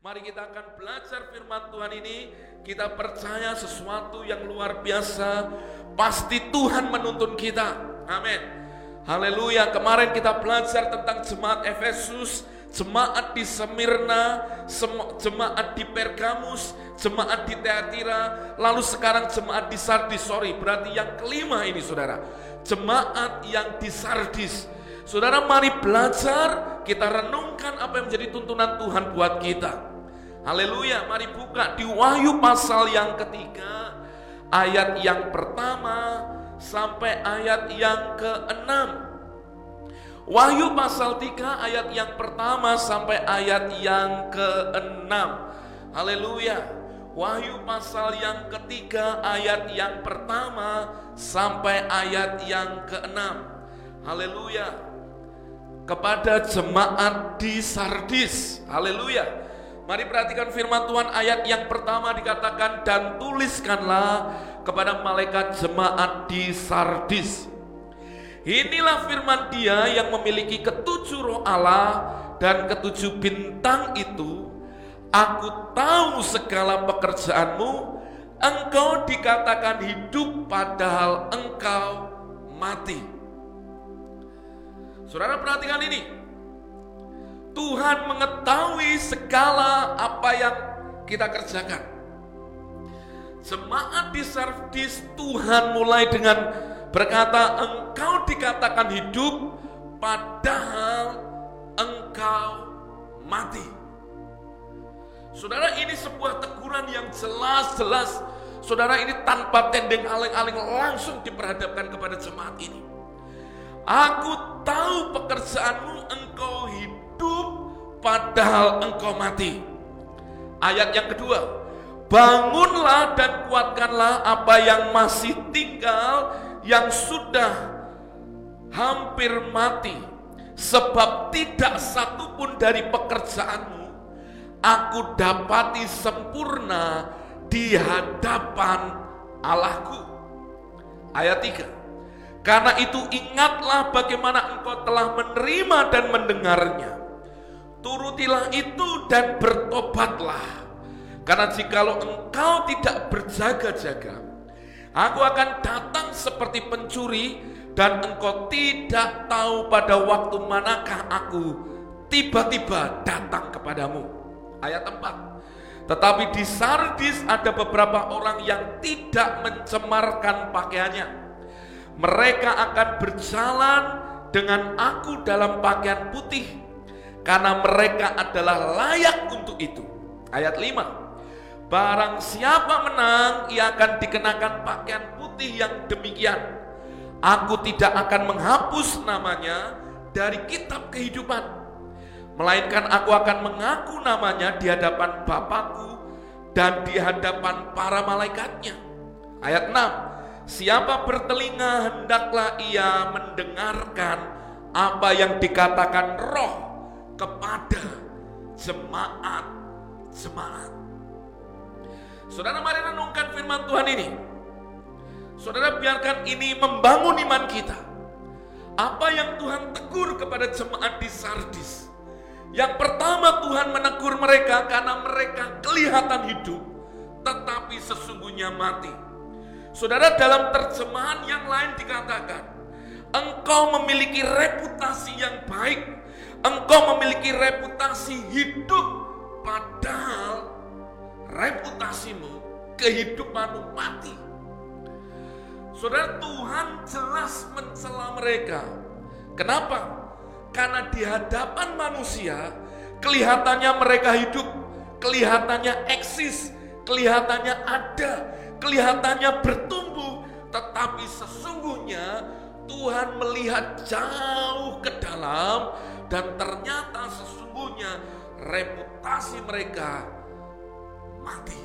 Mari kita akan belajar firman Tuhan ini. Kita percaya sesuatu yang luar biasa. Pasti Tuhan menuntun kita. Amin. Haleluya. Kemarin kita belajar tentang jemaat Efesus, jemaat di Semirna, jemaat di Pergamus, jemaat di Thyatira, lalu sekarang jemaat di Sardis. Berarti yang kelima ini saudara, jemaat yang di Sardis. Saudara, mari belajar, kita renungkan apa yang menjadi tuntunan Tuhan buat kita. Haleluya, mari buka di Wahyu pasal yang ketiga, ayat yang pertama sampai ayat yang ke-6. Wahyu pasal 3 ayat yang pertama sampai ayat yang ke-6. Haleluya. Wahyu pasal yang ketiga ayat yang pertama sampai ayat yang ke-6. Haleluya. Kepada jemaat di Sardis. Haleluya. Mari perhatikan firman Tuhan. Ayat yang pertama dikatakan, dan tuliskanlah kepada malaikat jemaat di Sardis. Inilah firman Dia yang memiliki ketujuh roh Allah dan ketujuh bintang itu. Aku tahu segala pekerjaanmu, engkau dikatakan hidup padahal engkau mati. Saudara, perhatikan ini. Tuhan mengetahui segala apa yang kita kerjakan. Jemaat di Sardis, Tuhan mulai dengan berkata, engkau dikatakan hidup padahal engkau mati. Saudara, ini sebuah teguran yang jelas-jelas. Saudara, ini tanpa tendeng aling-aling langsung diperhadapkan kepada jemaat ini. Aku tahu pekerjaanmu, engkau hidup padahal engkau mati. Ayat yang kedua, bangunlah dan kuatkanlah apa yang masih tinggal, yang sudah hampir mati, sebab tidak satupun dari pekerjaanmu aku dapati sempurna di hadapan Allahku. Ayat 3, karena itu ingatlah bagaimana engkau telah menerima dan mendengarnya. Turutilah itu dan bertobatlah. Karena jikalau engkau tidak berjaga-jaga, aku akan datang seperti pencuri, dan engkau tidak tahu pada waktu manakah aku tiba-tiba datang kepadamu. Ayat 4, tetapi di Sardis ada beberapa orang yang tidak mencemarkan pakaiannya. Mereka akan berjalan dengan aku dalam pakaian putih, karena mereka adalah layak untuk itu. Ayat 5, barang siapa menang, ia akan dikenakan pakaian putih yang demikian. Aku tidak akan menghapus namanya dari kitab kehidupan, melainkan aku akan mengaku namanya di hadapan Bapakku dan di hadapan para malaikatnya. Ayat 6, siapa bertelinga hendaklah ia mendengarkan apa yang dikatakan Roh kepada jemaat-jemaat. Saudara, mari renungkan firman Tuhan ini. Saudara, biarkan ini membangun iman kita. Apa yang Tuhan tegur kepada jemaat di Sardis? Yang pertama, Tuhan menegur mereka karena mereka kelihatan hidup, tetapi sesungguhnya mati. Saudara, dalam terjemahan yang lain dikatakan, engkau memiliki reputasi yang baik, engkau memiliki reputasi hidup, padahal reputasimu, kehidupanmu mati. Saudara, Tuhan jelas mencela mereka. Kenapa? Karena di hadapan manusia, kelihatannya mereka hidup, kelihatannya eksis, kelihatannya ada, kelihatannya bertumbuh, tetapi sesungguhnya Tuhan melihat jauh ke dalam, dan ternyata sesungguhnya reputasi mereka mati.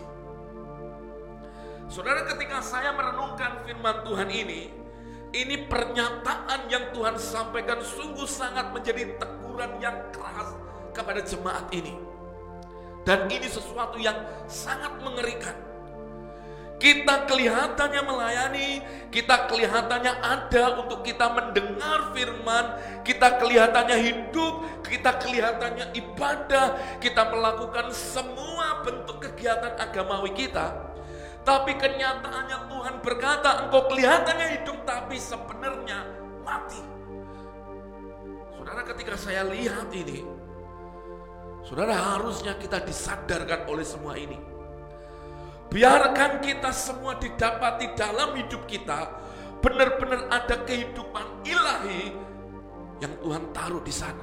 Saudara, ketika saya merenungkan firman Tuhan ini pernyataan yang Tuhan sampaikan sungguh sangat menjadi teguran yang keras kepada jemaat ini. Dan ini sesuatu yang sangat mengerikan. Kita kelihatannya melayani, kita kelihatannya ada untuk kita mendengar firman, kita kelihatannya hidup, kita kelihatannya ibadah, kita melakukan semua bentuk kegiatan agamawi kita. Tapi kenyataannya Tuhan berkata, engkau kelihatannya hidup tapi sebenarnya mati. Saudara, ketika saya lihat ini, saudara, harusnya kita disadarkan oleh semua ini. Biarkan kita semua didapati dalam hidup kita benar-benar ada kehidupan ilahi yang Tuhan taruh di sana.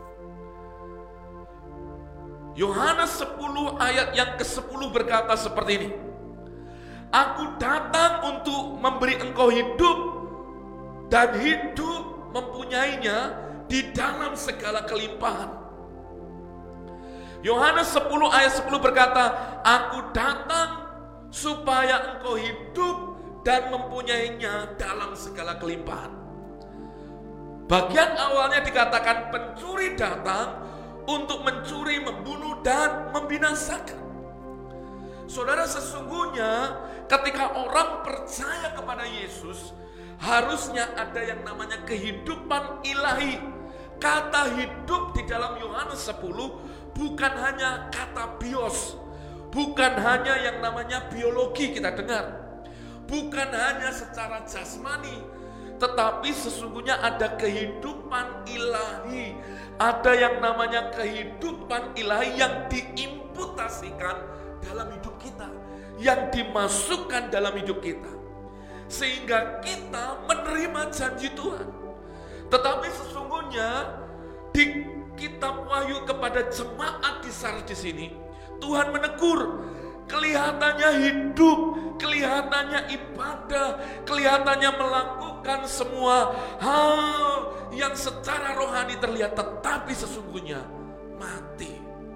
Yohanes 10 ayat yang ke-10 berkata seperti ini. Aku datang untuk memberi engkau hidup dan hidup mempunyainya di dalam segala kelimpahan. Yohanes 10 ayat 10 berkata, aku datang supaya engkau hidup dan mempunyainya dalam segala kelimpahan. Bagian awalnya dikatakan pencuri datang untuk mencuri, membunuh, dan membinasakan. Saudara, sesungguhnya ketika orang percaya kepada Yesus, harusnya ada yang namanya kehidupan ilahi. Kata hidup di dalam Yohanes 10 bukan hanya kata bios, bukan hanya yang namanya biologi kita dengar, bukan hanya secara jasmani, tetapi sesungguhnya ada kehidupan ilahi, ada yang namanya kehidupan ilahi yang diimputasikan dalam hidup kita, yang dimasukkan dalam hidup kita, sehingga kita menerima janji Tuhan. Tetapi sesungguhnya di kitab Wahyu kepada jemaat di Sardis ini, Tuhan menegur, kelihatannya hidup, kelihatannya ibadah, kelihatannya melakukan semua hal yang secara rohani terlihat, tetapi sesungguhnya mati.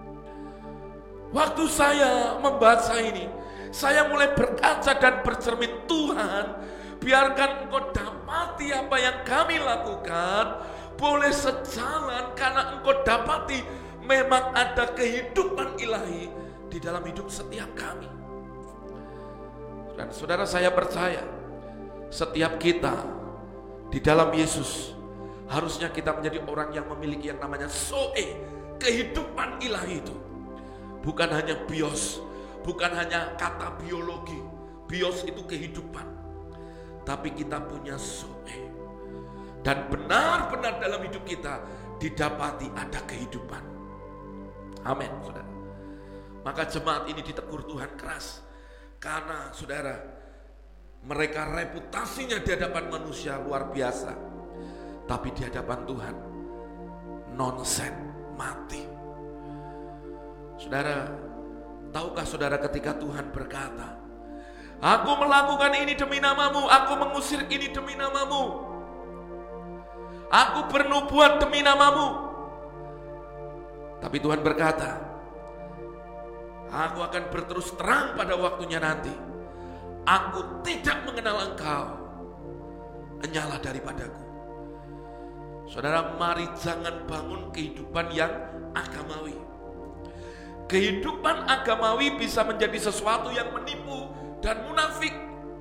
Waktu saya membaca ini, saya mulai berkaca dan bercermin, Tuhan, biarkan engkau dapati apa yang kami lakukan boleh sejalan karena engkau dapati memang ada kehidupan ilahi di dalam hidup setiap kami. Dan saudara, saya percaya setiap kita di dalam Yesus harusnya kita menjadi orang yang memiliki yang namanya zoe, kehidupan ilahi itu. Bukan hanya bios, bukan hanya kata biologi. Bios itu kehidupan. Tapi kita punya zoe. Dan benar-benar dalam hidup kita didapati ada kehidupan. Amin, saudara. Maka jemaat ini ditegur Tuhan keras. Karena saudara, mereka reputasinya di hadapan manusia luar biasa. Tapi di hadapan Tuhan, nonsen, mati. Saudara, tahukah saudara ketika Tuhan berkata, aku melakukan ini demi namamu, aku mengusir ini demi namamu, aku bernubuat demi namamu. Tapi Tuhan berkata, aku akan berterus terang pada waktunya nanti. Aku tidak mengenal engkau, enyalah daripadaku. Saudara, mari jangan bangun kehidupan yang agamawi. Kehidupan agamawi bisa menjadi sesuatu yang menipu dan munafik.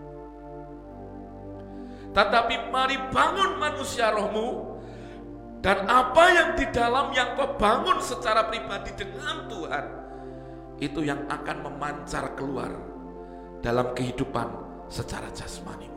Tetapi mari bangun manusia rohmu. Dan apa yang di dalam yang kau bangun secara pribadi dengan Tuhan, itu yang akan memancar keluar dalam kehidupan secara jasmani.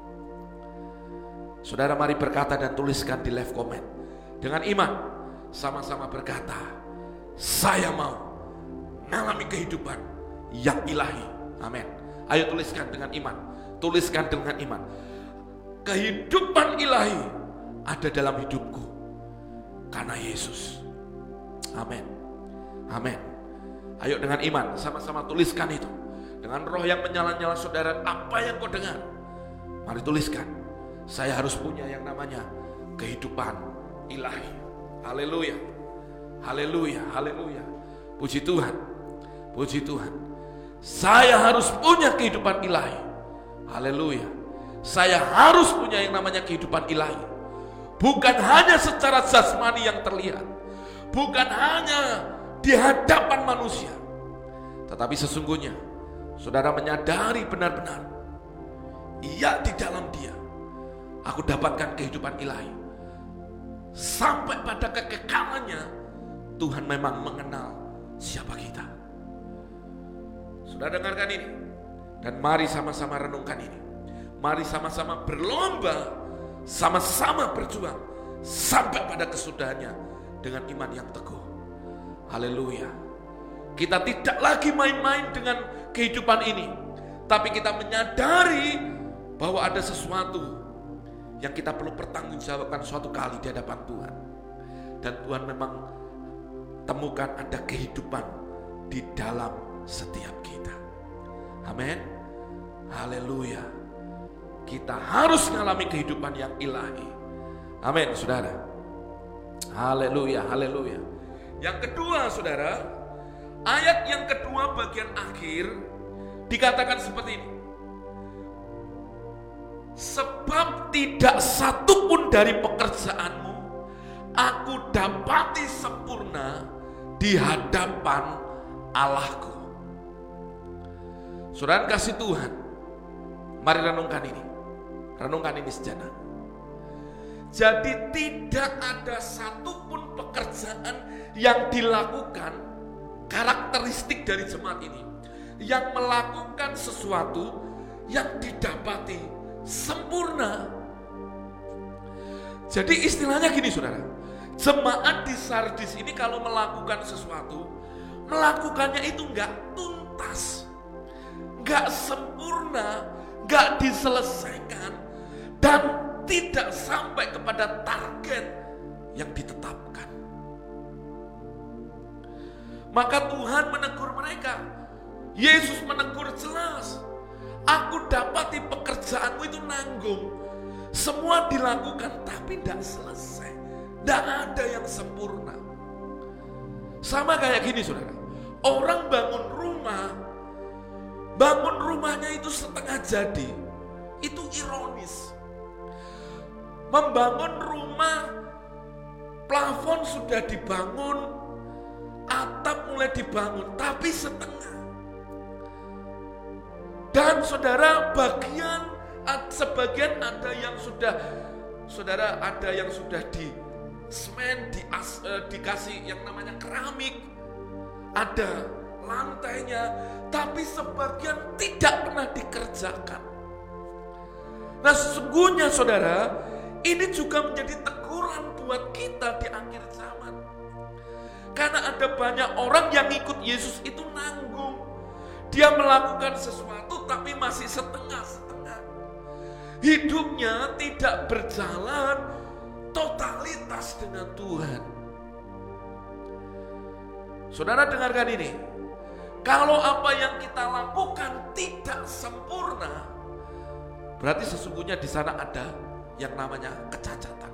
Saudara, mari berkata dan tuliskan di live comment. Dengan iman, sama-sama berkata, saya mau mengalami kehidupan yang ilahi. Amin. Ayo tuliskan dengan iman. Tuliskan dengan iman. Kehidupan ilahi ada dalam hidupku karena Yesus. Amin. Amin. Ayo dengan iman sama-sama tuliskan itu. Dengan roh yang menyala-nyala saudara, apa yang kau dengar, mari tuliskan. Saya harus punya yang namanya kehidupan ilahi. Haleluya. Haleluya. Haleluya. Puji Tuhan. Puji Tuhan. Saya harus punya kehidupan ilahi. Haleluya. Saya harus punya yang namanya kehidupan ilahi. Bukan hanya secara jasmani yang terlihat, bukan hanya di hadapan manusia, tetapi sesungguhnya saudara menyadari benar-benar, iya, di dalam Dia aku dapatkan kehidupan ilahi. Sampai pada kekekalannya, Tuhan memang mengenal siapa kita. Saudara dengarkan ini, dan mari sama-sama renungkan ini. Mari sama-sama berlomba, sama-sama berjuang sampai pada kesudahannya dengan iman yang teguh. Haleluya. Kita tidak lagi main-main dengan kehidupan ini, tapi kita menyadari bahwa ada sesuatu yang kita perlu pertanggungjawabkan suatu kali di hadapan Tuhan. Dan Tuhan memang temukan ada kehidupan di dalam setiap kita. Amin. Haleluya. Kita harus mengalami kehidupan yang ilahi. Amin, saudara. Haleluya, haleluya. Yang kedua, saudara, ayat yang kedua bagian akhir dikatakan seperti ini. Sebab tidak satu pun dari pekerjaanmu aku dapati sempurna di hadapan Allahku. Saudara kasih Tuhan, mari renungkan ini. Renungkan ini sejenak. Jadi tidak ada satupun pekerjaan yang dilakukan, karakteristik dari jemaat ini, yang melakukan sesuatu yang didapati sempurna. Jadi istilahnya gini saudara, jemaat di Sardis ini kalau melakukan sesuatu, melakukannya itu enggak tuntas, enggak sempurna, enggak diselesaikan, dan tidak sampai kepada target yang ditetapkan. Maka Tuhan menegur mereka. Yesus menegur jelas. Aku dapati pekerjaanmu itu nanggung. Semua dilakukan tapi tidak selesai. Tidak ada yang sempurna. Sama kayak gini saudara. Orang bangun rumahnya itu setengah jadi. Itu ironis. Membangun rumah, plafon sudah dibangun, atap mulai dibangun, tapi setengah. Dan saudara, sebagian ada yang sudah, saudara, ada yang sudah di semen, dikasih yang namanya keramik, ada lantainya, tapi sebagian tidak pernah dikerjakan. Nah sesungguhnya saudara, ini juga menjadi teguran buat kita di akhir zaman. Karena ada banyak orang yang ikut Yesus itu nanggung. Dia melakukan sesuatu tapi masih setengah-setengah. Hidupnya tidak berjalan totalitas dengan Tuhan. Saudara dengarkan ini. Kalau apa yang kita lakukan tidak sempurna, berarti sesungguhnya di sana ada yang namanya kecacatan.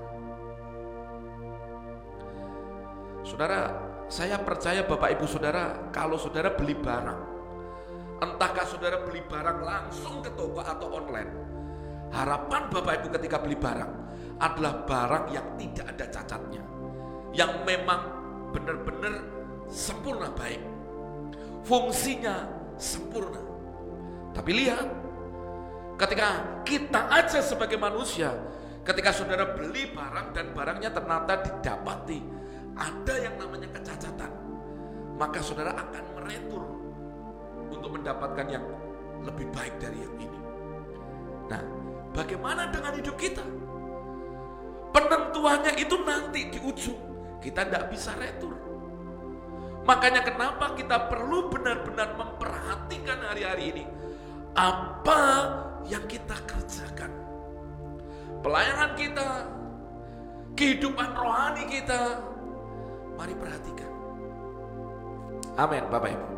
Saudara, saya percaya Bapak Ibu Saudara, kalau saudara beli barang, entahkah saudara beli barang langsung ke toko atau online, harapan Bapak Ibu ketika beli barang adalah barang yang tidak ada cacatnya, yang memang benar-benar sempurna baik, fungsinya sempurna. Tapi lihat, ketika kita aja sebagai manusia, ketika saudara beli barang dan barangnya ternyata didapati ada yang namanya kecacatan, maka saudara akan meretur untuk mendapatkan yang lebih baik dari yang ini. Nah, bagaimana dengan hidup kita? Penentuannya itu nanti di ujung, kita tidak bisa retur. Makanya kenapa kita perlu benar-benar memperhatikan hari-hari ini, apa yang kita kerjakan, pelayanan kita, kehidupan rohani kita. Mari perhatikan. Amin Bapak Ibu.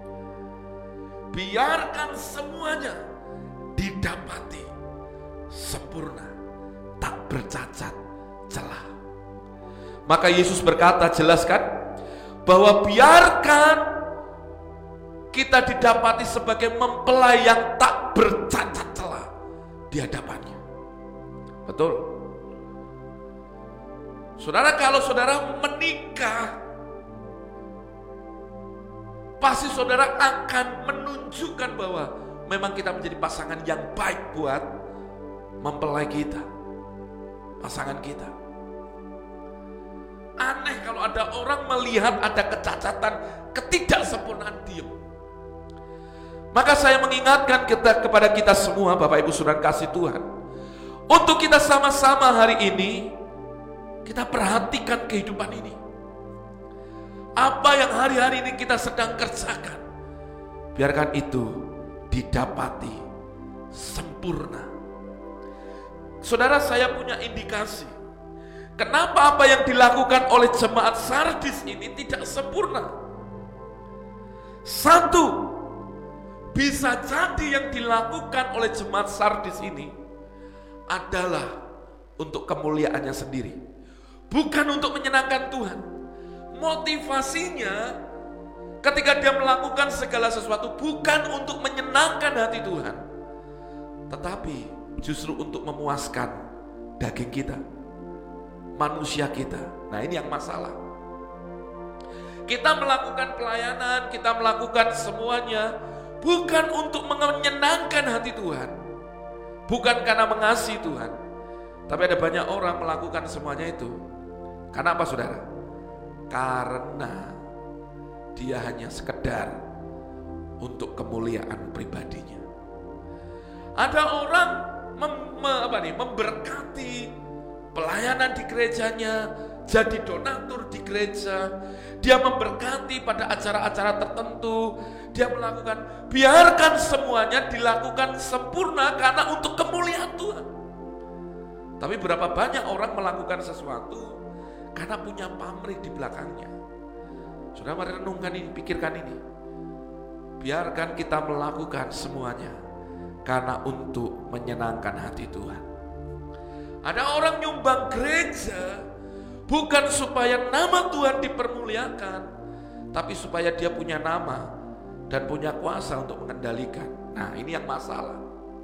Biarkan semuanya didapati sempurna, tak bercacat celah. Maka Yesus berkata jelaskan bahwa biarkan kita didapati sebagai mempelai yang tak bercacat celah di hadapannya. Betul. Saudara, kalau saudara menikah pasti saudara akan menunjukkan bahwa memang kita menjadi pasangan yang baik buat mempelai kita, pasangan kita. Aneh kalau ada orang melihat ada kecacatan, ketidaksempurnaan, diam. Maka saya mengingatkan kepada kita semua, Bapak Ibu Saudara kasih Tuhan, untuk kita sama-sama hari ini, kita perhatikan kehidupan ini. Apa yang hari-hari ini kita sedang kerjakan, biarkan itu didapati sempurna. Saudara, saya punya indikasi kenapa apa yang dilakukan oleh jemaat Sardis ini tidak sempurna. Satu, bisa jadi yang dilakukan oleh jemaat Sardis ini adalah untuk kemuliaannya sendiri, bukan untuk menyenangkan Tuhan. Motivasinya ketika dia melakukan segala sesuatu bukan untuk menyenangkan hati Tuhan, tetapi justru untuk memuaskan daging kita, manusia kita. Nah, ini yang masalah. Kita melakukan pelayanan, kita melakukan semuanya bukan untuk menyenangkan hati Tuhan, bukan karena mengasihi Tuhan. Tapi ada banyak orang melakukan semuanya itu karena apa, saudara? Karena dia hanya sekedar untuk kemuliaan pribadinya. Ada orang memberkati pelayanan di gerejanya, jadi donatur di gereja, dia memberkati pada acara-acara tertentu, dia melakukan, biarkan semuanya dilakukan sempurna karena untuk kemuliaan Tuhan. Tapi berapa banyak orang melakukan sesuatu karena punya pamrih di belakangnya. Saudara, mari renungkan ini, pikirkan ini. Biarkan kita melakukan semuanya karena untuk menyenangkan hati Tuhan. Ada orang nyumbang gereja bukan supaya nama Tuhan dipermuliakan, tapi supaya dia punya nama dan punya kuasa untuk mengendalikan. Nah, ini yang masalah.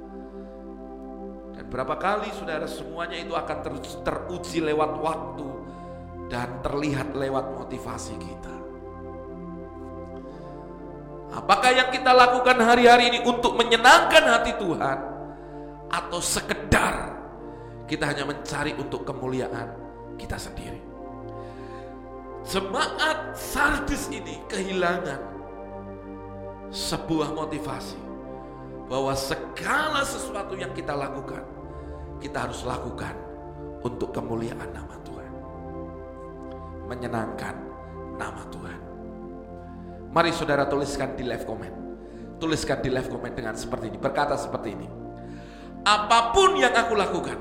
Dan berapa kali saudara, semuanya itu akan teruji lewat waktu dan terlihat lewat motivasi kita. Apakah yang kita lakukan hari-hari ini untuk menyenangkan hati Tuhan, atau sekedar kita hanya mencari untuk kemuliaan kita sendiri? Jemaat Sardis ini kehilangan sebuah motivasi bahwa segala sesuatu yang kita lakukan, kita harus lakukan untuk kemuliaan nama Tuhan, menyenangkan nama Tuhan. Mari saudara tuliskan di live comment. Tuliskan di live comment dengan seperti ini. Berkata seperti ini. Apapun yang aku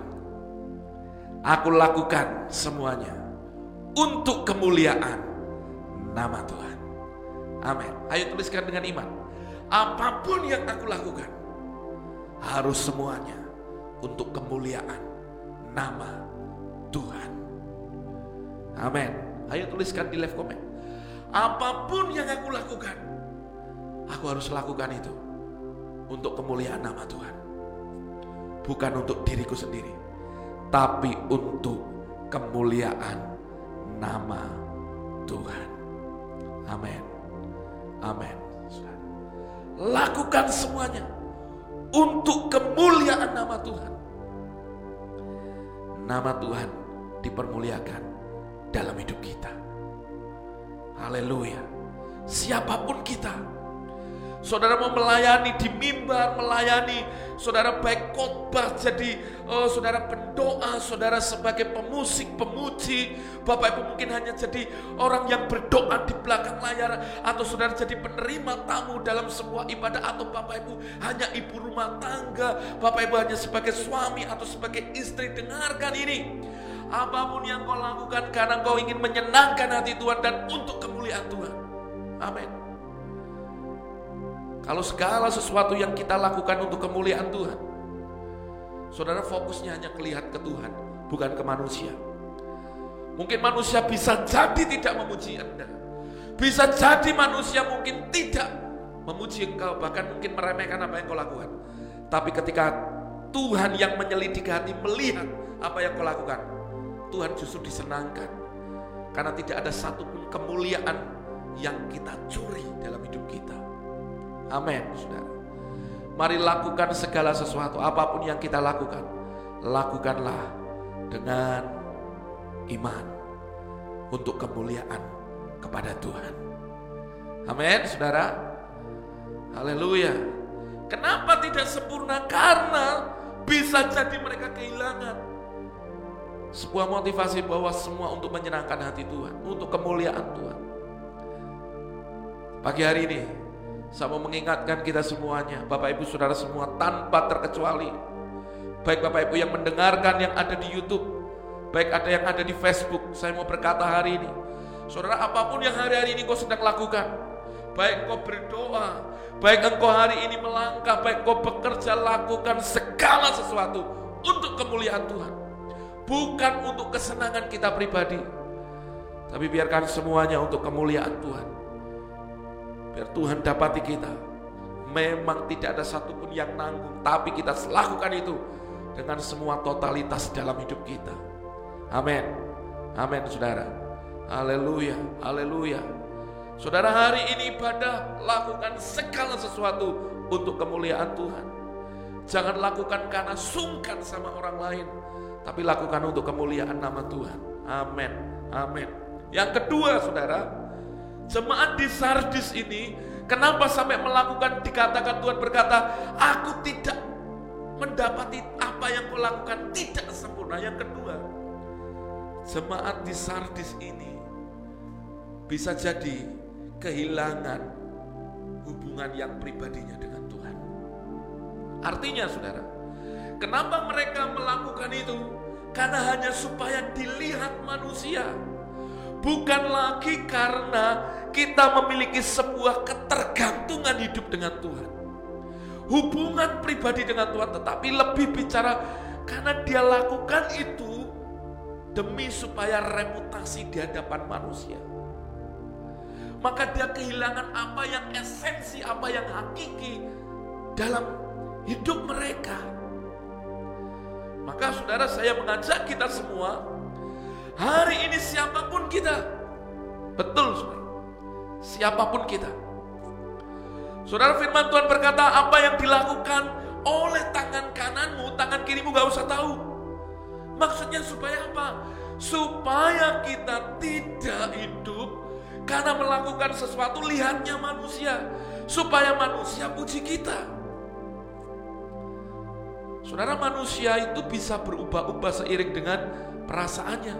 lakukan semuanya untuk kemuliaan nama Tuhan. Amin. Ayo tuliskan dengan iman. Apapun yang aku lakukan harus semuanya untuk kemuliaan nama Tuhan. Amin. Ayo tuliskan di live comment. Apapun yang aku lakukan, aku harus lakukan itu untuk kemuliaan nama Tuhan. Bukan untuk diriku sendiri, tapi untuk kemuliaan nama Tuhan. Amin. Amin. Lakukan semuanya untuk kemuliaan nama Tuhan. Nama Tuhan dipermuliakan dalam hidup kita. Haleluya. Siapapun kita, saudara mau melayani di mimbar, melayani, saudara baik khotbah, jadi saudara pendoa, saudara sebagai pemusik, pemuji, Bapak Ibu mungkin hanya jadi orang yang berdoa di belakang layar, atau saudara jadi penerima tamu dalam sebuah ibadah, atau Bapak Ibu hanya ibu rumah tangga, Bapak Ibu hanya sebagai suami atau sebagai istri. Dengarkan ini. Apapun yang kau lakukan karena kau ingin menyenangkan hati Tuhan dan untuk kemuliaan Tuhan. Amin. Kalau segala sesuatu yang kita lakukan untuk kemuliaan Tuhan, saudara fokusnya hanya melihat ke Tuhan, bukan ke manusia. Mungkin manusia bisa jadi tidak memuji Anda. Bisa jadi manusia mungkin tidak memuji engkau, bahkan mungkin meremehkan apa yang kau lakukan. Tapi ketika Tuhan yang menyelidiki hati melihat apa yang kau lakukan, Tuhan justru disenangkan. Karena tidak ada satupun kemuliaan yang kita curi dalam hidup kita. Amin, saudara. Mari lakukan segala sesuatu, apapun yang kita lakukan, lakukanlah dengan iman untuk kemuliaan kepada Tuhan. Amin, saudara. Haleluya. Kenapa tidak sempurna? Karena bisa jadi mereka kehilangan sebuah motivasi bahwa semua untuk menyenangkan hati Tuhan, untuk kemuliaan Tuhan. Pagi hari ini saya mau mengingatkan kita semuanya, Bapak Ibu Saudara semua tanpa terkecuali, baik Bapak Ibu yang mendengarkan yang ada di YouTube, baik ada yang ada di Facebook. Saya mau berkata hari ini, saudara, apapun yang hari-hari ini kau sedang lakukan, baik engkau berdoa, baik engkau hari ini melangkah, baik engkau bekerja, lakukan segala sesuatu untuk kemuliaan Tuhan. Bukan untuk kesenangan kita pribadi, tapi biarkan semuanya untuk kemuliaan Tuhan. Biar Tuhan dapati kita. Memang tidak ada satupun yang nanggung, tapi kita lakukan itu dengan semua totalitas dalam hidup kita. Amin. Amin, saudara. Haleluya, haleluya. Saudara, hari ini ibadah, lakukan segala sesuatu untuk kemuliaan Tuhan. Jangan lakukan karena sungkan sama orang lain, tapi lakukan untuk kemuliaan nama Tuhan. Amin, amin. Yang kedua, saudara, jemaat di Sardis ini, kenapa sampai melakukan, dikatakan Tuhan berkata, aku tidak mendapati apa yang kau lakukan tidak sempurna. Yang kedua, jemaat di Sardis ini bisa jadi kehilangan hubungan yang pribadinya dengan Tuhan. Artinya, saudara, kenapa mereka melakukan itu? Karena hanya supaya dilihat manusia. Bukan lagi karena kita memiliki sebuah ketergantungan hidup dengan Tuhan, hubungan pribadi dengan Tuhan, tetapi lebih bicara karena dia lakukan itu demi supaya reputasi di hadapan manusia. Maka dia kehilangan apa yang esensi, apa yang hakiki dalam hidup mereka. Maka saudara, saya mengajak kita semua, hari ini siapapun kita, betul saudara, siapapun kita. Saudara, firman Tuhan berkata, apa yang dilakukan oleh tangan kananmu, tangan kirimu gak usah tahu. Maksudnya supaya apa? Supaya kita tidak hidup karena melakukan sesuatu lihatnya manusia, supaya manusia puji kita. Saudara, manusia itu bisa berubah-ubah seiring dengan perasaannya.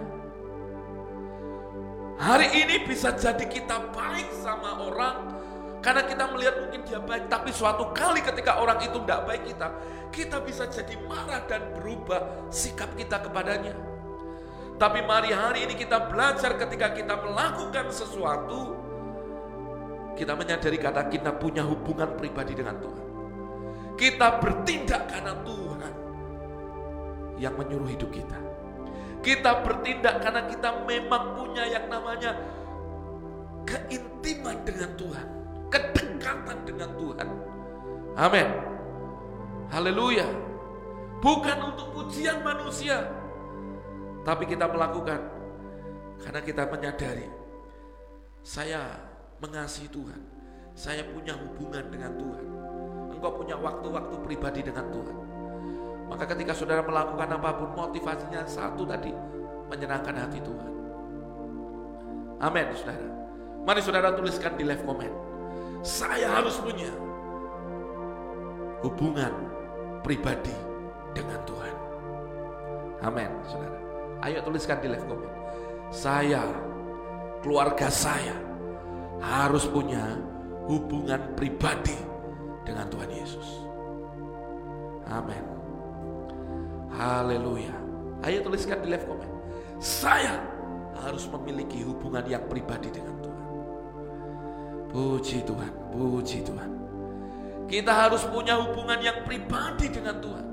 Hari ini bisa jadi kita baik sama orang karena kita melihat mungkin dia baik, tapi suatu kali ketika orang itu tidak baik kita bisa jadi marah dan berubah sikap kita kepadanya. Tapi mari hari ini kita belajar ketika kita melakukan sesuatu, kita menyadari karena kita punya hubungan pribadi dengan Tuhan. Kita bertindak karena Tuhan yang menyuruh hidup kita. Kita bertindak karena kita memang punya yang namanya keintiman dengan Tuhan, kedekatan dengan Tuhan. Amin. Haleluya. Bukan untuk pujian manusia, tapi kita melakukan karena kita menyadari saya mengasihi Tuhan, saya punya hubungan dengan Tuhan. Engkau punya waktu-waktu pribadi dengan Tuhan. Maka ketika saudara melakukan apapun, motivasinya satu tadi, menyenangkan hati Tuhan. Amin, saudara. Mari saudara tuliskan di live comment, saya harus punya hubungan pribadi dengan Tuhan. Amin, saudara. Ayo tuliskan di live comment, saya, keluarga saya harus punya hubungan pribadi dengan Tuhan Yesus. Amin. Haleluya. Ayo tuliskan di live comment, saya harus memiliki hubungan yang pribadi dengan Tuhan. Puji Tuhan, puji Tuhan. Kita harus punya hubungan yang pribadi dengan Tuhan.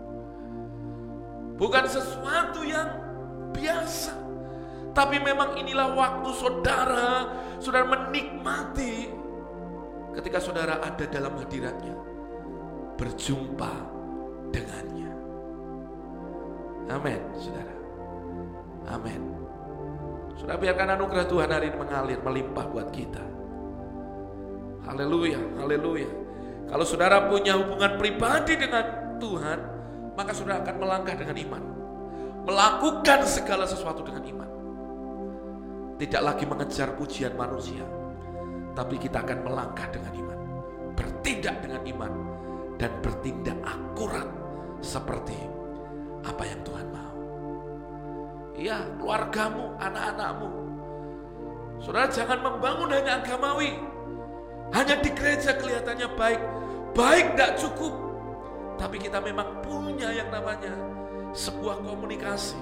Bukan sesuatu yang biasa, tapi memang inilah waktu saudara menikmati ketika saudara ada dalam hadiratnya, berjumpa dengannya. Amin, saudara. Amin. Saudara, biarkan anugerah Tuhan hari ini mengalir, melimpah buat kita. Haleluya, haleluya. Kalau saudara punya hubungan pribadi dengan Tuhan, maka saudara akan melangkah dengan iman. Melakukan segala sesuatu dengan iman. Tidak lagi mengejar pujian manusia, tapi kita akan melangkah dengan iman. Bertindak dengan iman dan bertindak akurat seperti apa yang Tuhan mau. Iya, keluargamu, anak-anakmu. Saudara jangan membangun hanya agamawi. Hanya di gereja kelihatannya baik. Baik tidak cukup. Tapi kita memang punya yang namanya sebuah komunikasi,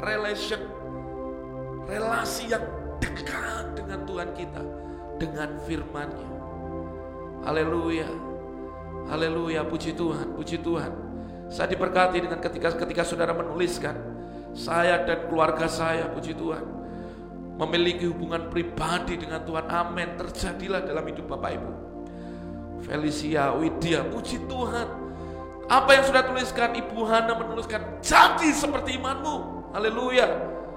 relasi yang dekat dengan Tuhan kita, dengan firman-Nya. Haleluya. Haleluya, puji Tuhan, puji Tuhan. Saya diberkati dengan ketika saudara menuliskan, saya dan keluarga saya, puji Tuhan, memiliki hubungan pribadi dengan Tuhan. Amin. Terjadilah dalam hidup Bapak Ibu. Felicia, Widya, puji Tuhan. Apa yang sudah tuliskan, Ibu Hana menuliskan, jadi seperti imanmu. Haleluya.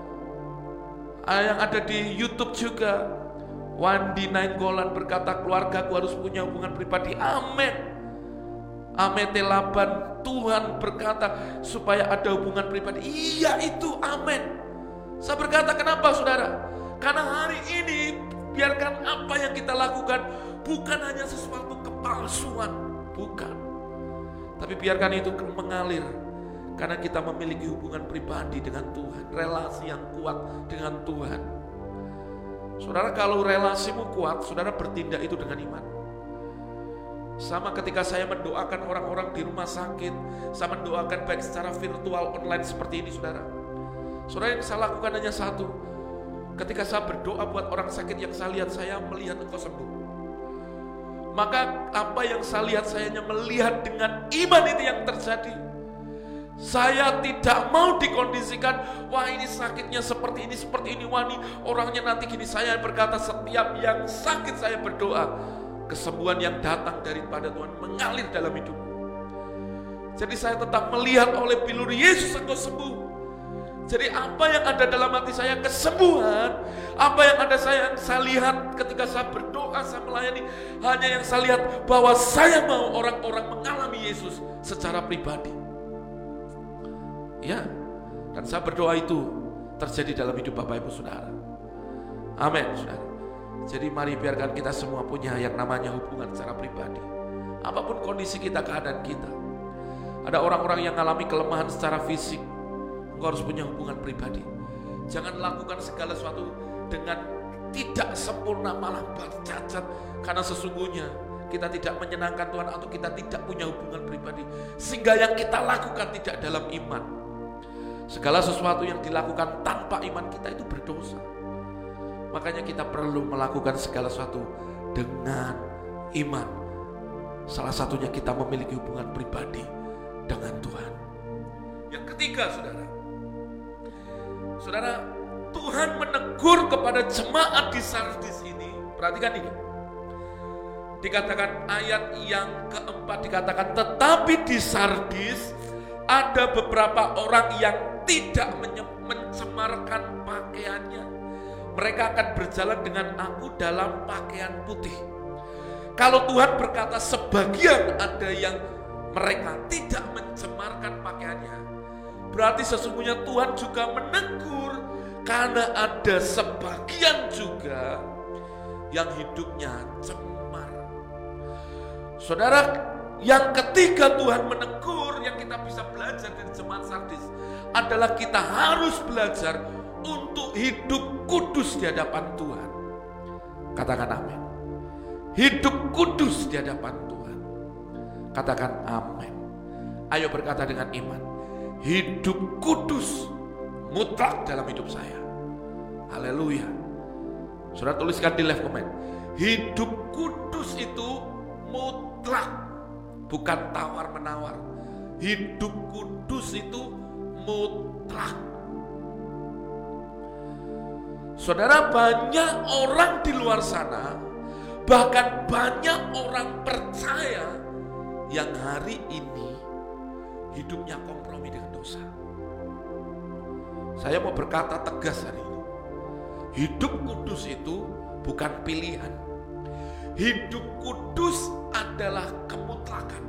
Yang ada di YouTube juga, Wandi Nainggolan berkata, keluargaku harus punya hubungan pribadi. Amin. Amete Laban, Tuhan berkata supaya ada hubungan pribadi. Iya itu, amin. Saya berkata, kenapa saudara? Karena hari ini biarkan apa yang kita lakukan bukan hanya sesuatu kepalsuan, bukan. Tapi biarkan itu mengalir karena kita memiliki hubungan pribadi dengan Tuhan, relasi yang kuat dengan Tuhan. Saudara, kalau relasimu kuat, saudara bertindak itu dengan iman. Sama ketika saya mendoakan orang-orang di rumah sakit, saya mendoakan baik secara virtual, online seperti ini saudara. Saudara, yang saya lakukan hanya satu. Ketika saya berdoa buat orang sakit yang saya lihat, saya melihat engkau sembuh. Maka apa yang saya lihat, saya hanya melihat dengan iman itu yang terjadi. Saya tidak mau dikondisikan, wah ini sakitnya seperti ini, wah ini orangnya nanti gini. Saya berkata setiap yang sakit saya berdoa, kesembuhan yang datang daripada Tuhan mengalir dalam hidupmu. Jadi saya tetap melihat oleh bilur Yesus engkau sembuh. Jadi apa yang ada dalam hati saya, kesembuhan. Apa yang ada saya lihat ketika saya berdoa, saya melayani, hanya yang saya lihat bahwa saya mau orang-orang mengalami Yesus secara pribadi. Ya, dan saya berdoa itu terjadi dalam hidup Bapak Ibu Saudara. Amin, saudara. Jadi mari biarkan kita semua punya yang namanya hubungan secara pribadi. Apapun kondisi kita, keadaan kita. Ada orang-orang yang mengalami kelemahan secara fisik. Engkau harus punya hubungan pribadi. Jangan lakukan segala sesuatu dengan tidak sempurna, malah cacat. Karena sesungguhnya kita tidak menyenangkan Tuhan atau kita tidak punya hubungan pribadi. Sehingga yang kita lakukan tidak dalam iman. Segala sesuatu yang dilakukan tanpa iman kita itu berdosa. Makanya kita perlu melakukan segala sesuatu dengan iman. Salah satunya kita memiliki hubungan pribadi dengan Tuhan. Yang ketiga, saudara, Tuhan menegur kepada jemaat di Sardis ini. Perhatikan ini. Dikatakan ayat yang keempat, dikatakan tetapi di Sardis ada beberapa orang yang tidak mencemarkan pakaiannya. Mereka akan berjalan dengan aku dalam pakaian putih. Kalau Tuhan berkata sebagian ada yang mereka tidak mencemarkan pakaiannya, berarti sesungguhnya Tuhan juga menegur karena ada sebagian juga yang hidupnya cemar. Saudara, yang ketiga Tuhan menegur yang kita bisa belajar dari jemaat Sardis adalah kita harus belajar untuk hidup kudus di hadapan Tuhan. Katakan amin. Hidup kudus di hadapan Tuhan. Katakan amin. Ayo berkata dengan iman. Hidup kudus mutlak dalam hidup saya. Haleluya. Saudara tuliskan di live comment. Hidup kudus itu mutlak, bukan tawar-menawar. Hidup kudus itu mutlak. Saudara, banyak orang di luar sana, bahkan banyak orang percaya yang hari ini hidupnya kompromi dengan dosa. Saya mau berkata tegas hari ini. Hidup kudus itu bukan pilihan. hidup kudus adalah kemutlakan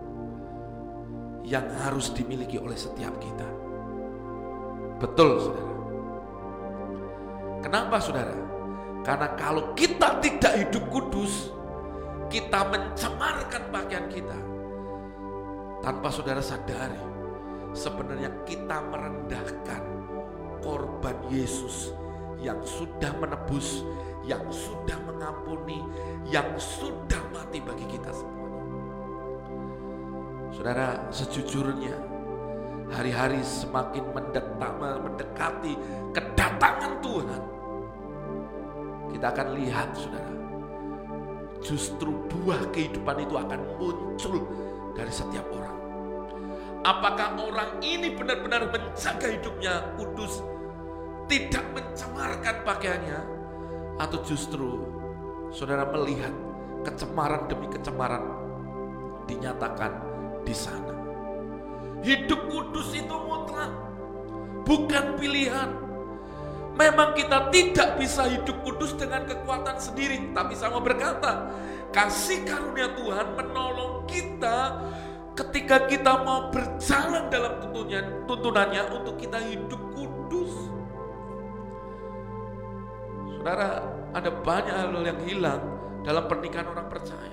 yang harus dimiliki oleh setiap kita. Betul, saudara. Kenapa, saudara? Karena kalau kita tidak hidup kudus, kita mencemarkan pakaian kita. Tanpa saudara sadari, sebenarnya kita merendahkan korban Yesus yang sudah menebus, yang sudah mengampuni, yang sudah mati bagi kita semuanya. Saudara, sejujurnya hari-hari semakin mendekati kedatangan Tuhan, kita akan lihat, saudara, justru buah kehidupan itu akan muncul dari setiap orang. Apakah orang ini benar-benar menjaga hidupnya kudus, tidak mencemarkan pakaiannya, atau justru saudara melihat kecemaran demi kecemaran dinyatakan di sana. Hidup kudus itu mutlak, bukan pilihan. Memang kita tidak bisa hidup kudus dengan kekuatan sendiri, tapi sama berkata, kasih karunia Tuhan menolong kita ketika kita mau berjalan dalam tuntunannya untuk kita hidup kudus. Saudara, ada banyak hal yang hilang dalam pernikahan orang percaya.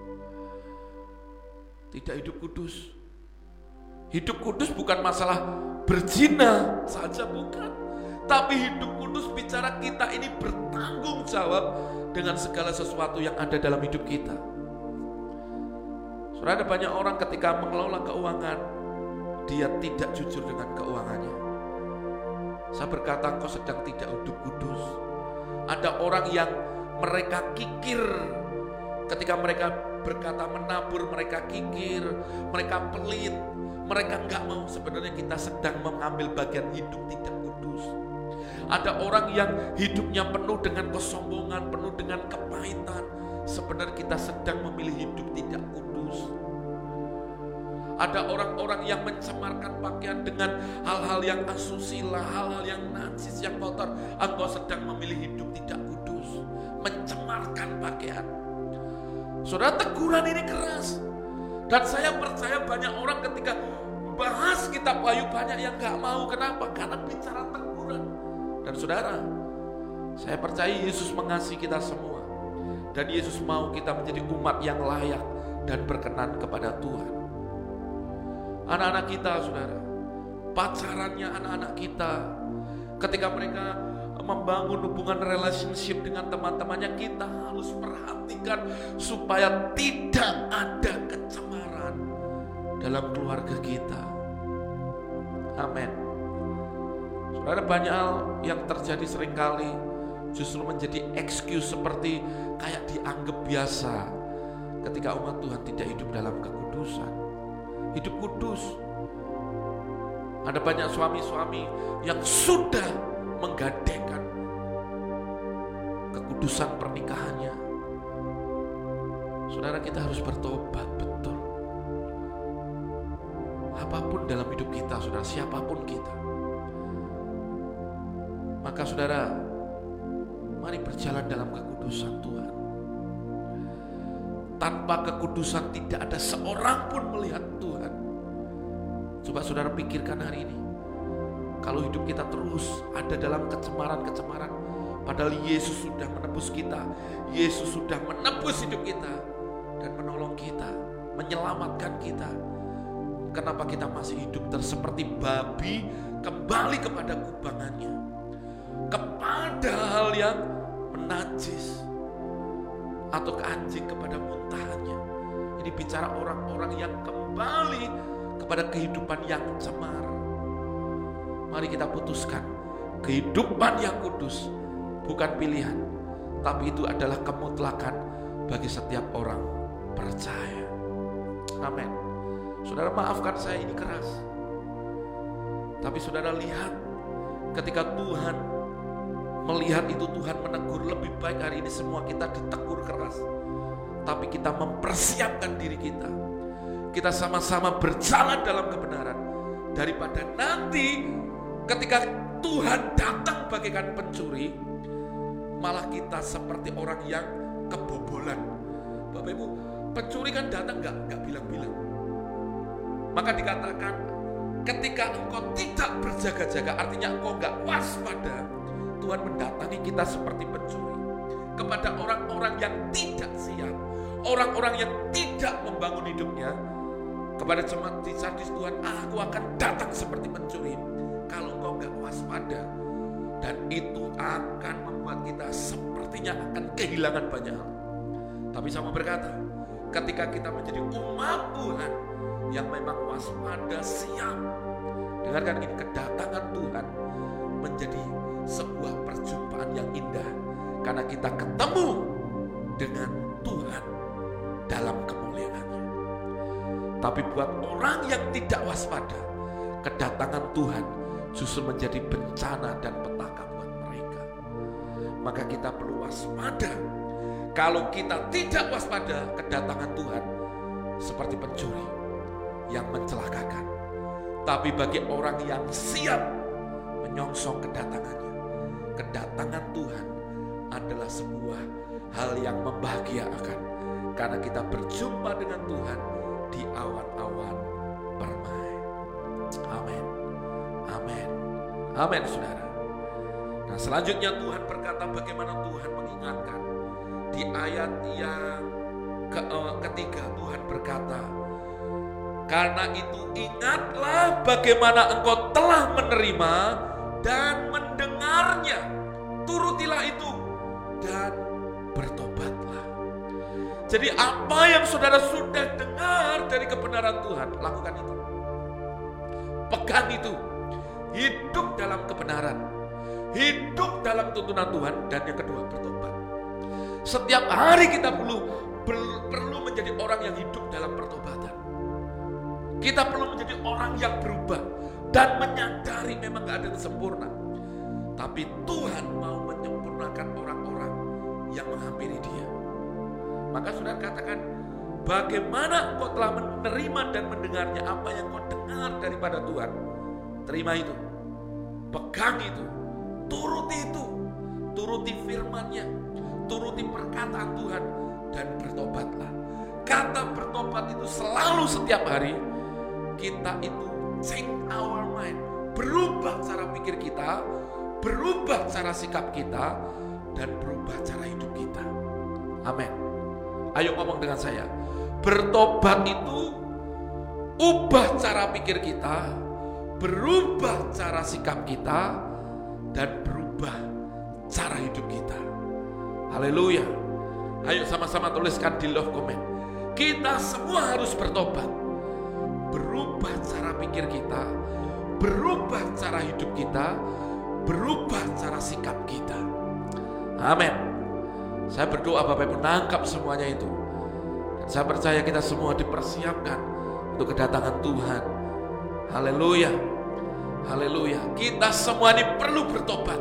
Tidak hidup kudus. Hidup kudus bukan masalah berzina saja, bukan. Tapi hidup kudus bicara kita ini bertanggung jawab dengan segala sesuatu yang ada dalam hidup kita. Saudara, ada banyak orang ketika mengelola keuangan, dia tidak jujur dengan keuangannya. Saya berkata, engkau sedang tidak hidup kudus. Ada orang yang mereka kikir ketika mereka berkata menabur, mereka kikir, mereka pelit, mereka enggak mau. Sebenarnya kita sedang mengambil bagian hidup tidak kudus. Ada orang yang hidupnya penuh dengan kesombongan, penuh dengan kepahitan. Sebenarnya kita sedang memilih hidup tidak kudus. Ada orang-orang yang mencemarkan pakaian dengan hal-hal yang asusila, hal-hal yang najis, yang kotor. Engkau sedang memilih hidup tidak kudus, mencemarkan pakaian. Saudara, teguran ini keras. Dan saya percaya banyak orang ketika bahas kitab Wahyu banyak yang gak mau. Kenapa? Karena bicara teguran. Dan saudara, saya percaya Yesus mengasihi kita semua. Dan Yesus mau kita menjadi umat yang layak dan berkenan kepada Tuhan. Anak-anak kita, saudara, pacarannya anak-anak kita, ketika mereka membangun hubungan relationship dengan teman-temannya, kita harus perhatikan supaya tidak ada kecemaran dalam keluarga kita. Amin. Saudara, banyak hal yang terjadi seringkali justru menjadi excuse, seperti kayak dianggap biasa ketika umat Tuhan tidak hidup dalam kekudusan. Hidup kudus. Ada banyak suami-suami yang sudah menggadaikan kekudusan pernikahannya. Saudara, kita harus bertobat, betul. Apapun dalam hidup kita, saudara, siapapun kita, maka saudara, mari berjalan dalam kekudusan Tuhan. Tanpa kekudusan tidak ada seorang pun melihat Tuhan. Coba saudara pikirkan hari ini, kalau hidup kita terus ada dalam kecemaran-kecemaran, padahal Yesus sudah menebus kita, Yesus sudah menebus hidup kita dan menolong kita, menyelamatkan kita. Kenapa kita masih hidup seperti babi kembali kepada kubangannya, kepada hal yang menajis, atau ke anjing kepada muntahannya? Ini bicara orang-orang yang kembali kepada kehidupan yang cemar. Mari kita putuskan, kehidupan yang kudus bukan pilihan, tapi itu adalah kemutlakan bagi setiap orang percaya. Amin. Saudara, maafkan saya ini keras, tapi saudara lihat, ketika Tuhan melihat itu, Tuhan menegur. Lebih baik hari ini semua kita ditegur keras, tapi kita mempersiapkan diri kita. Kita sama-sama berjalan dalam kebenaran, daripada nanti ketika Tuhan datang bagaikan pencuri, malah kita seperti orang yang kebobolan, Bapak Ibu, pencuri kan datang nggak bilang-bilang. Maka dikatakan ketika engkau tidak berjaga-jaga, artinya engkau nggak waspada, Tuhan mendatangi kita seperti pencuri. Kepada orang-orang yang tidak siap, orang-orang yang tidak membangun hidupnya, kepada jemaat di Sardis, Tuhan, aku akan datang seperti pencuri kalau engkau nggak waspada. Dan itu akan membuat kita sepertinya akan kehilangan banyak hal. Tapi saya mau berkata, ketika kita menjadi umat Tuhan yang memang waspada, siap, dengarkan ini, kedatangan Tuhan menjadi sebuah perjumpaan yang indah. Karena kita ketemu dengan Tuhan dalam kemuliaan-Nya. Tapi buat orang yang tidak waspada, kedatangan Tuhan justru menjadi bencana dan petaka buat mereka. Maka kita perlu waspada. Kalau kita tidak waspada, kedatangan Tuhan seperti pencuri yang mencelakakan. Tapi bagi orang yang siap menyongsong kedatangannya, kedatangan Tuhan adalah sebuah hal yang membahagiakan. Karena kita berjumpa dengan Tuhan di awan-awan permai. Amin. Amin. Amin, saudara. Nah, selanjutnya Tuhan berkata bagaimana Tuhan mengingatkan. Di ayat yang ketiga Tuhan berkata, karena itu ingatlah bagaimana engkau telah menerima dan mendengarnya. Turutilah itu dan bertobatlah. Jadi apa yang saudara sudah dengar dari kebenaran Tuhan, lakukan itu. Pegang itu. Hidup dalam kebenaran, hidup dalam tuntunan Tuhan. Dan yang kedua, bertobat. Setiap hari kita perlu menjadi orang yang hidup dalam pertobatan. Kita perlu menjadi orang yang berubah dan menyadari memang gak ada yang sempurna. Tapi Tuhan mau menyempurnakan orang-orang yang menghampiri Dia. Maka saudara katakan, bagaimana engkau telah menerima dan mendengarnya. Apa yang kau dengar daripada Tuhan, terima itu, pegang itu, turuti firman-Nya, turuti perkataan Tuhan, dan bertobatlah. Kata bertobat itu selalu setiap hari kita itu change our mind, berubah cara pikir kita, berubah cara sikap kita, dan berubah cara hidup kita. Amin. Ayo ngomong dengan saya. Bertobat itu ubah cara pikir kita, berubah cara sikap kita, dan berubah cara hidup kita. Haleluya. Ayo sama-sama tuliskan di love comment. Kita semua harus bertobat. Berubah cara pikir kita, berubah cara hidup kita, berubah cara sikap kita. Amin. Saya berdoa Bapak Ibu nangkap semuanya itu. Dan saya percaya kita semua dipersiapkan untuk kedatangan Tuhan. Haleluya. Haleluya. Kita semua ini perlu bertobat.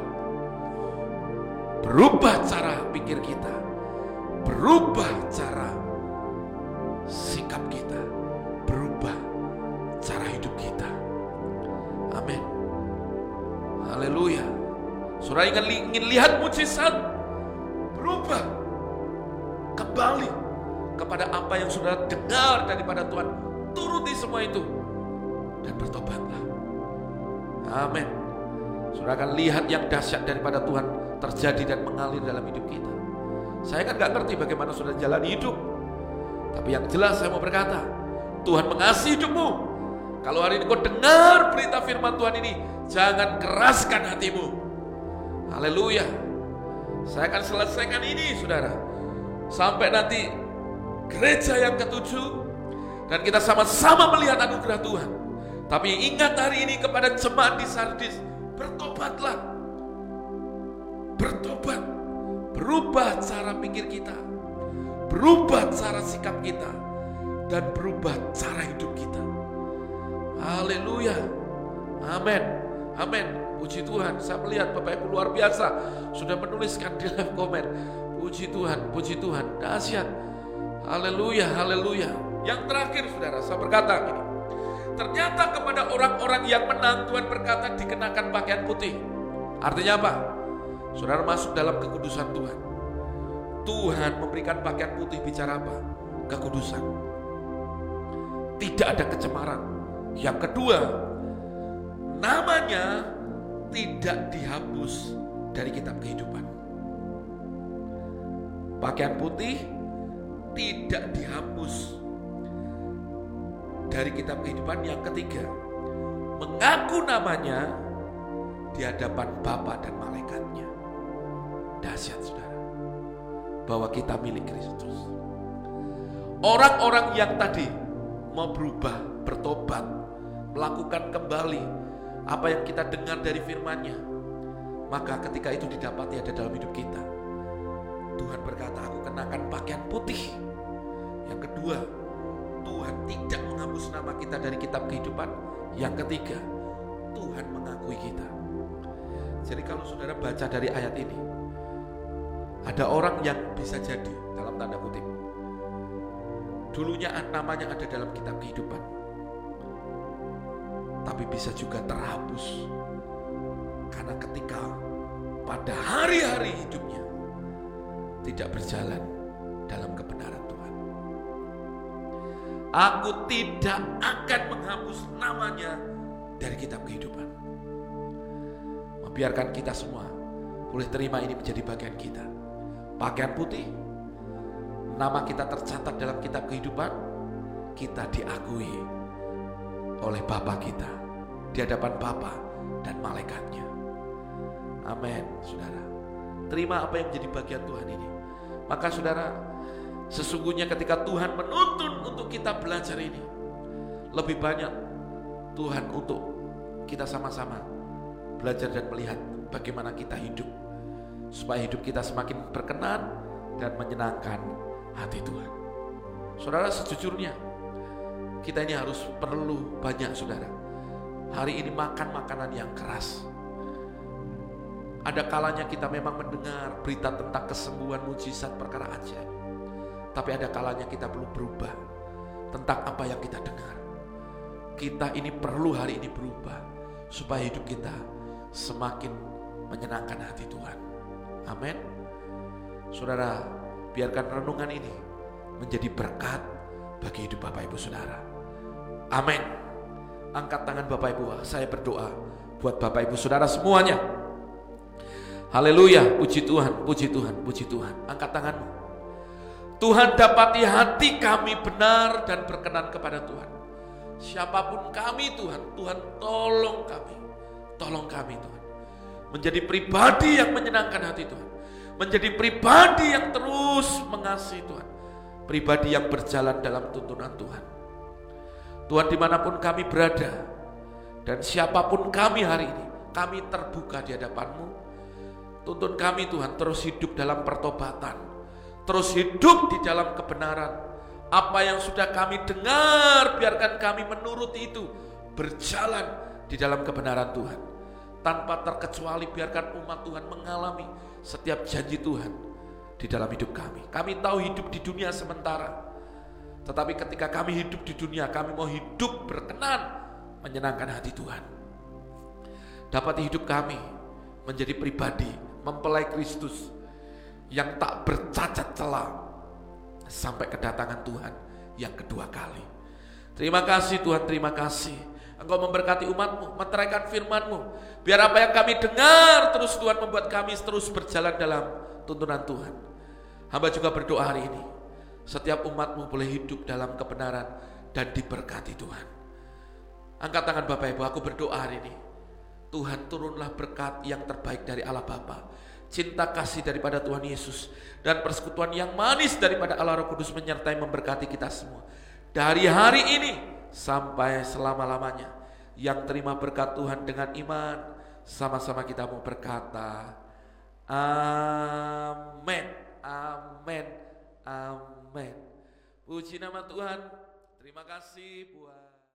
Berubah cara pikir kita, berubah cara sikap kita, berubah cara hidup kita. Amin. Haleluya. Saudara ingin lihat mujizat, berubah kembali kepada apa yang saudara dengar daripada Tuhan. Turuti semua itu dan bertobatlah. Amin. Saudara akan lihat yang dahsyat daripada Tuhan terjadi dan mengalir dalam hidup kita. Saya kan gak ngerti bagaimana saudara jalan hidup, tapi yang jelas saya mau berkata, Tuhan mengasihi hidupmu. Kalau hari ini kau dengar berita firman Tuhan ini, jangan keraskan hatimu. Haleluya. Saya akan selesaikan ini saudara, sampai nanti gereja yang ke-7, dan kita sama-sama melihat anugerah Tuhan. Tapi ingat hari ini kepada jemaat di Sardis, bertobatlah. Bertobat, berubah cara pikir kita, berubah cara sikap kita, dan berubah cara hidup kita. Haleluya. Amin. Amin. Puji Tuhan. Saya melihat Bapak Ibu luar biasa sudah menuliskan di live comment. Puji Tuhan, puji Tuhan. Dahsyat. Haleluya, haleluya. Yang terakhir saudara, saya berkata ini. Ternyata kepada orang-orang yang menang Tuhan berkata dikenakan pakaian putih. Artinya apa? Saudara masuk dalam kekudusan Tuhan. Tuhan memberikan pakaian putih bicara apa? Kekudusan. Tidak ada kecemaran. Yang kedua, namanya tidak dihapus dari kitab kehidupan. Pakaian putih tidak dihapus dari kitab kehidupan. Yang ketiga, mengaku namanya di hadapan Bapa dan malaikatnya. Dahsyat saudara, bahwa kita milik Kristus. Orang-orang yang tadi mau berubah, bertobat, melakukan kembali apa yang kita dengar dari firman-Nya, maka ketika itu didapati ada dalam hidup kita, Tuhan berkata, aku kenakan pakaian putih. Yang kedua, Tuhan tidak menghapus nama kita dari kitab kehidupan. Yang ketiga, Tuhan mengakui kita. Jadi kalau saudara baca dari ayat ini, ada orang yang bisa jadi, dalam tanda kutip, dulunya namanya ada dalam kitab kehidupan, tapi bisa juga terhapus. Karena ketika pada hari-hari hidupnya tidak berjalan dalam kebenaran Tuhan. Aku tidak akan menghapus namanya dari kitab kehidupan. Biarkan kita semua boleh terima ini menjadi bagian kita. Pakaian putih, nama kita tercatat dalam kitab kehidupan, kita diakui oleh Bapa kita di hadapan Bapa dan malaikatnya. Amin, saudara. Terima apa yang menjadi bagian Tuhan ini. Maka saudara, sesungguhnya ketika Tuhan menuntun untuk kita belajar ini, lebih banyak Tuhan untuk kita sama-sama belajar dan melihat bagaimana kita hidup, supaya hidup kita semakin berkenan dan menyenangkan hati Tuhan. Saudara, sejujurnya kita ini harus perlu banyak, saudara. Hari ini makan makanan yang keras. Ada kalanya kita memang mendengar berita tentang kesembuhan, mujizat, perkara ajaib. Tapi ada kalanya kita perlu berubah tentang apa yang kita dengar. Kita ini perlu hari ini berubah supaya hidup kita semakin menyenangkan hati Tuhan. Amin. Saudara, biarkan renungan ini menjadi berkat bagi hidup Bapak Ibu Saudara. Amin. Angkat tangan Bapak Ibu, saya berdoa buat Bapak Ibu Saudara semuanya. Haleluya, puji Tuhan, puji Tuhan, puji Tuhan. Angkat tanganmu. Tuhan, dapati hati kami benar dan berkenan kepada Tuhan. Siapapun kami Tuhan, Tuhan tolong kami. Tolong kami Tuhan. Menjadi pribadi yang menyenangkan hati Tuhan. Menjadi pribadi yang terus mengasihi Tuhan. Pribadi yang berjalan dalam tuntunan Tuhan. Tuhan, dimanapun kami berada dan siapapun kami hari ini, kami terbuka di hadapan-Mu. Tuntun kami Tuhan terus hidup dalam pertobatan, terus hidup di dalam kebenaran. Apa yang sudah kami dengar, biarkan kami menuruti itu, berjalan di dalam kebenaran Tuhan. Tanpa terkecuali biarkan umat Tuhan mengalami setiap janji Tuhan di dalam hidup kami. Kami tahu hidup di dunia sementara, tetapi ketika kami hidup di dunia, kami mau hidup berkenan, menyenangkan hati Tuhan. Dapat hidup kami menjadi pribadi mempelai Kristus yang tak bercacat celah sampai kedatangan Tuhan yang kedua kali. Terima kasih Tuhan, terima kasih. Engkau memberkati umat-Mu, meteraikan firman-Mu. Biar apa yang kami dengar terus Tuhan membuat kami terus berjalan dalam tuntunan Tuhan. Hamba juga berdoa hari ini, setiap umat-Mu boleh hidup dalam kebenaran dan diberkati Tuhan. Angkat tangan Bapak Ibu, aku berdoa hari ini. Tuhan, turunlah berkat yang terbaik dari Allah Bapa, cinta kasih daripada Tuhan Yesus, dan persekutuan yang manis daripada Allah Roh Kudus menyertai memberkati kita semua. Dari hari ini sampai selama-lamanya. Yang terima berkat Tuhan dengan iman, sama-sama kita mau berkata, amin, amin, amin. Puji nama Tuhan. Terima kasih buat